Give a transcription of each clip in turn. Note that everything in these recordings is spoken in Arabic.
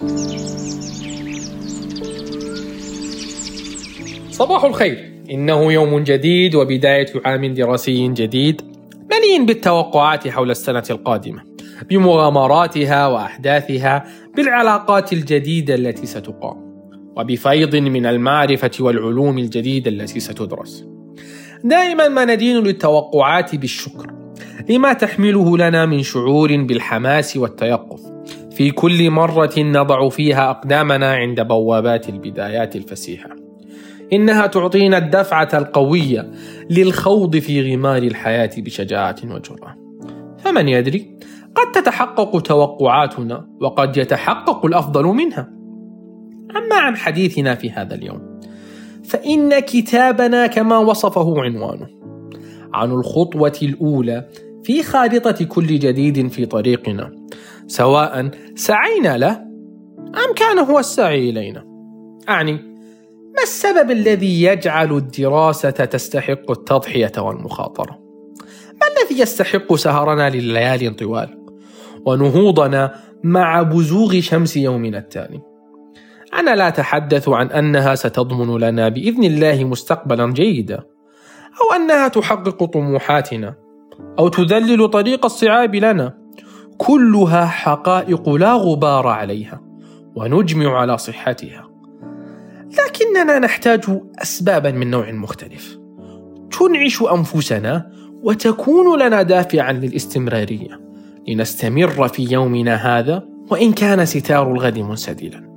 صباح الخير، إنه يوم جديد وبداية عام دراسي جديد مليء بالتوقعات حول السنة القادمة، بمغامراتها وأحداثها، بالعلاقات الجديدة التي ستقام، وبفيض من المعرفة والعلوم الجديدة التي ستدرس. دائما ما ندين للتوقعات بالشكر لما تحمله لنا من شعور بالحماس والتيقظ في كل مرة نضع فيها أقدامنا عند بوابات البدايات الفسيحة. إنها تعطينا الدفعة القوية للخوض في غمار الحياة بشجاعة وجرأة. فمن يدري، قد تتحقق توقعاتنا وقد يتحقق الأفضل منها. أما عن حديثنا في هذا اليوم، فإن كتابنا كما وصفه عنوانه عن الخطوة الأولى في خارطة كل جديد في طريقنا، سواء سعينا له أم كان هو السعي إلينا. أعني، ما السبب الذي يجعل الدراسة تستحق التضحية والمخاطرة؟ ما الذي يستحق سهرنا لليالي طوال ونهوضنا مع بزوغ شمس يومنا التالي؟ أنا لا أتحدث عن أنها ستضمن لنا بإذن الله مستقبلا جيدا، أو أنها تحقق طموحاتنا أو تذلل طريق الصعاب لنا. كلها حقائق لا غبار عليها ونجمع على صحتها، لكننا نحتاج أسبابا من نوع مختلف تنعش أنفسنا وتكون لنا دافعا للاستمرارية لنستمر في يومنا هذا وإن كان ستار الغد منسدلا.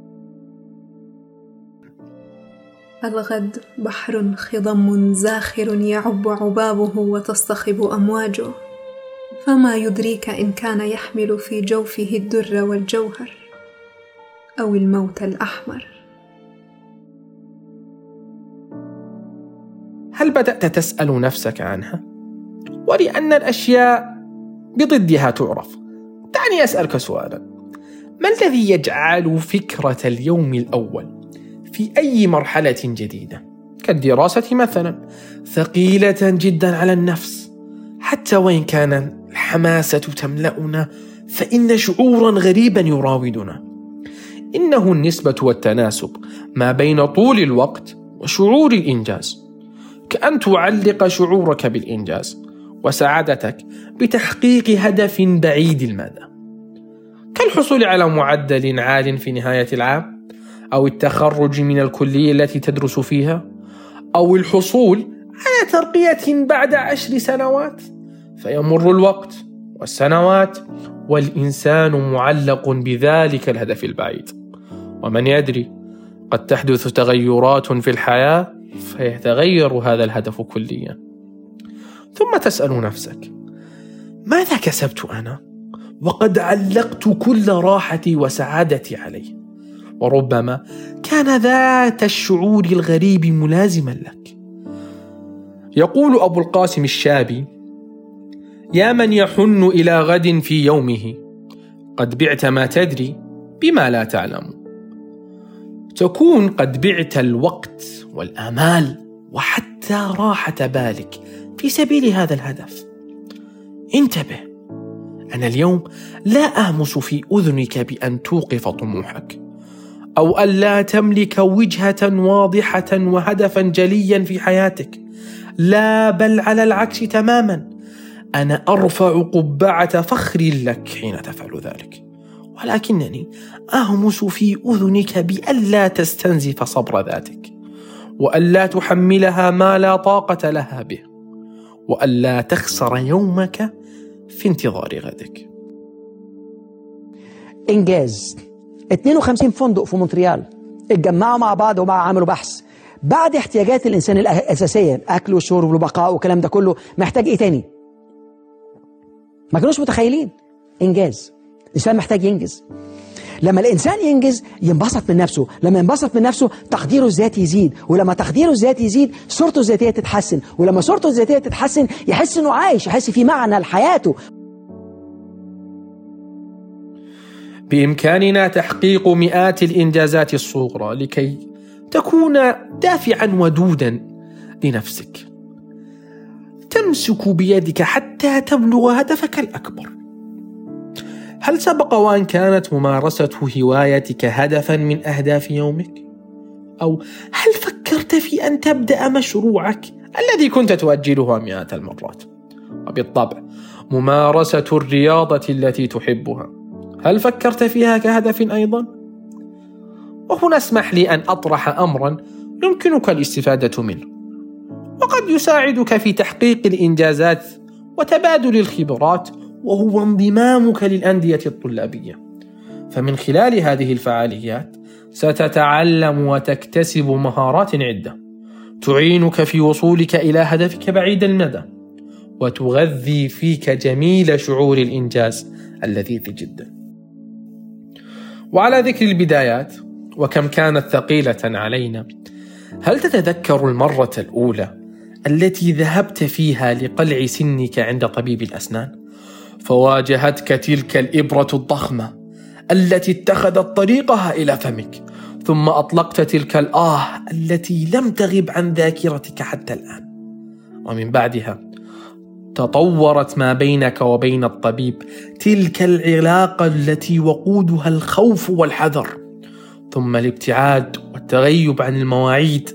الغد بحر خضم زاخر يعب عبابه وتصطخب أمواجه، فما يدريك إن كان يحمل في جوفه الدر والجوهر أو الموت الأحمر. هل بدأت تسأل نفسك عنها؟ ولأن الأشياء بضدها تعرف، دعني أسألك سؤالا: ما الذي يجعل فكرة اليوم الأول في أي مرحلة جديدة كالدراسة مثلا ثقيلة جدا على النفس؟ حتى وإن كان الحماسة تملأنا، فإن شعورا غريبا يراودنا. إنه النسبة والتناسب ما بين طول الوقت وشعور الإنجاز، كأن تعلق شعورك بالإنجاز وسعادتك بتحقيق هدف بعيد المدى، كالحصول على معدل عال في نهاية العام، أو التخرج من الكلية التي تدرس فيها، أو الحصول على ترقية بعد 10 سنوات. فيمر الوقت والسنوات والإنسان معلق بذلك الهدف البعيد. ومن يدري، قد تحدث تغيرات في الحياة فيتغير هذا الهدف كليا. ثم تسأل نفسك: ماذا كسبت أنا وقد علقت كل راحتي وسعادتي عليه؟ وربما كان ذات الشعور الغريب ملازما لك. يقول أبو القاسم الشابي: يا من يحن إلى غد في يومه، قد بعت ما تدري بما لا تعلم. تكون قد بعت الوقت والآمال وحتى راحة بالك في سبيل هذا الهدف. انتبه، أنا اليوم لا أهمس في أذنك بأن توقف طموحك، أو أن لا تملك وجهة واضحة وهدفا جليا في حياتك. لا، بل على العكس تماما. أنا أرفع قبعة فخر لك حين تفعل ذلك، ولكنني أهمس في أذنك بألا تستنزف صبر ذاتك، وألا تحملها ما لا طاقة لها به، وألا تخسر يومك في انتظار غدك. إنجاز 52 فندق في مونتريال اتجمعوا مع بعض وعملوا بحث بعد احتياجات الإنسان الأساسية، أكل وشرب وبقاء والكلام ده كله، محتاج إيه تاني؟ ما كانوش متخيلين. إنجاز، الإنسان محتاج ينجز. لما الإنسان ينجز ينبسط من نفسه، لما ينبسط من نفسه تقديره الذاتي يزيد، ولما تقديره الذاتي يزيد صورته الذاتية تتحسن، ولما صورته الذاتية تتحسن يحس إنه عايش، يحس في معنى لحياته. بإمكاننا تحقيق مئات الإنجازات الصغرى لكي تكون دافعا ودودا لنفسك، تمسك بيدك حتى تبلغ هدفك الأكبر. هل سبق وأن كانت ممارسة هوايتك هدفا من أهداف يومك؟ أو هل فكرت في أن تبدأ مشروعك الذي كنت تؤجله مئات المرات؟ وبالطبع ممارسة الرياضة التي تحبها، هل فكرت فيها كهدف أيضا؟ وهنا اسمح لي أن أطرح أمرا يمكنك الاستفادة منه، وقد يساعدك في تحقيق الإنجازات وتبادل الخبرات، وهو انضمامك للأندية الطلابية. فمن خلال هذه الفعاليات ستتعلم وتكتسب مهارات عدة تعينك في وصولك إلى هدفك بعيد المدى، وتغذي فيك جميل شعور الإنجاز اللذيذ جدا. وعلى ذكر البدايات وكم كانت ثقيلة علينا، هل تتذكر المرة الأولى التي ذهبت فيها لقلع سنك عند طبيب الأسنان، فواجهتك تلك الإبرة الضخمة التي اتخذت طريقها إلى فمك، ثم أطلقت تلك الآه التي لم تغب عن ذاكرتك حتى الآن، ومن بعدها تطورت ما بينك وبين الطبيب تلك العلاقة التي وقودها الخوف والحذر، ثم الابتعاد والتغيب عن المواعيد.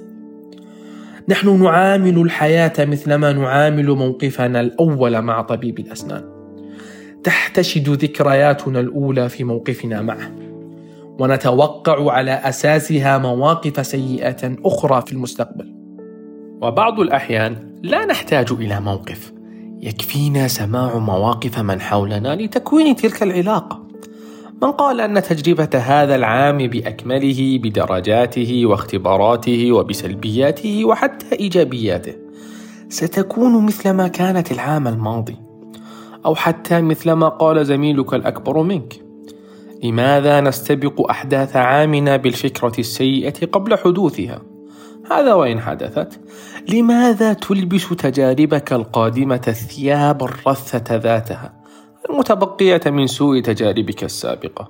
نحن نعامل الحياة مثلما نعامل موقفنا الأول مع طبيب الأسنان، تحتشد ذكرياتنا الأولى في موقفنا معه، ونتوقع على أساسها مواقف سيئة أخرى في المستقبل. وبعض الأحيان لا نحتاج إلى موقف، يكفينا سماع مواقف من حولنا لتكوين تلك العلاقة. من قال أن تجربة هذا العام بأكمله بدرجاته واختباراته وبسلبياته وحتى إيجابياته ستكون مثلما كانت العام الماضي، أو حتى مثلما قال زميلك الأكبر منك؟ لماذا نستبق أحداث عامنا بالفكرة السيئة قبل حدوثها؟ هذا وإن حدثت، لماذا تلبس تجاربك القادمة الثياب الرثة ذاتها المتبقية من سوء تجاربك السابقة؟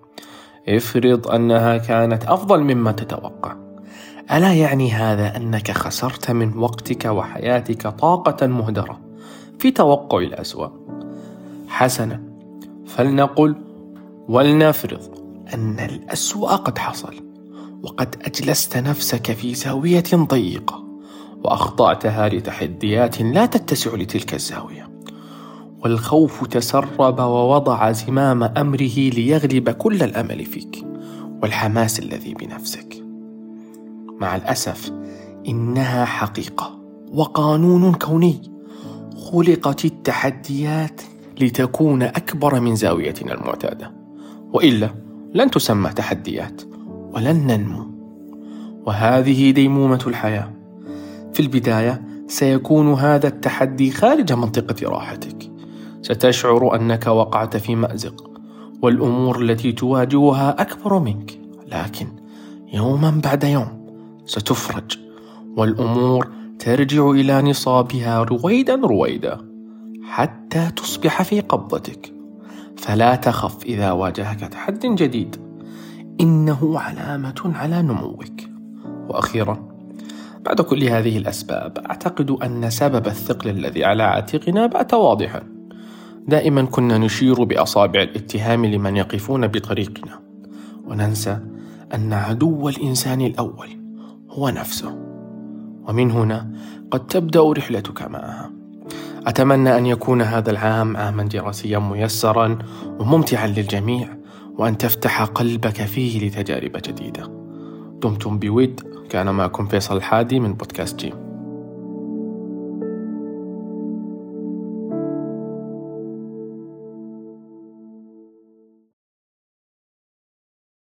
افرض أنها كانت أفضل مما تتوقع، ألا يعني هذا أنك خسرت من وقتك وحياتك طاقة مهدرة في توقع الأسوأ؟ حسنا، فلنقل ولنفرض أن الأسوأ قد حصل، وقد أجلست نفسك في زاوية ضيقة وأخضعتها لتحديات لا تتسع لتلك الزاوية، والخوف تسرب ووضع زمام أمره ليغلب كل الأمل فيك والحماس الذي بنفسك. مع الأسف إنها حقيقة وقانون كوني، خلقت التحديات لتكون أكبر من زاويتنا المعتادة، وإلا لن تسمى تحديات ولن ننمو. وهذه ديمومة الحياة. في البداية سيكون هذا التحدي خارج منطقة راحتك، ستشعر أنك وقعت في مأزق والأمور التي تواجهها أكبر منك، لكن يوما بعد يوم ستفرج والأمور ترجع إلى نصابها رويدا رويدا حتى تصبح في قبضتك. فلا تخف إذا واجهك تحد جديد، إنه علامة على نموك. وأخيرا، بعد كل هذه الأسباب أعتقد أن سبب الثقل الذي على عاتقنا بات واضحا. دائما كنا نشير بأصابع الاتهام لمن يقفون بطريقنا، وننسى أن عدو الإنسان الأول هو نفسه، ومن هنا قد تبدأ رحلتك معها. أتمنى أن يكون هذا العام عاما دراسيا ميسرا وممتعا للجميع، وأن تفتح قلبك فيه لتجارب جديدة. دمتم بود. كان معكم فيصل الحادي من بودكاست جيم.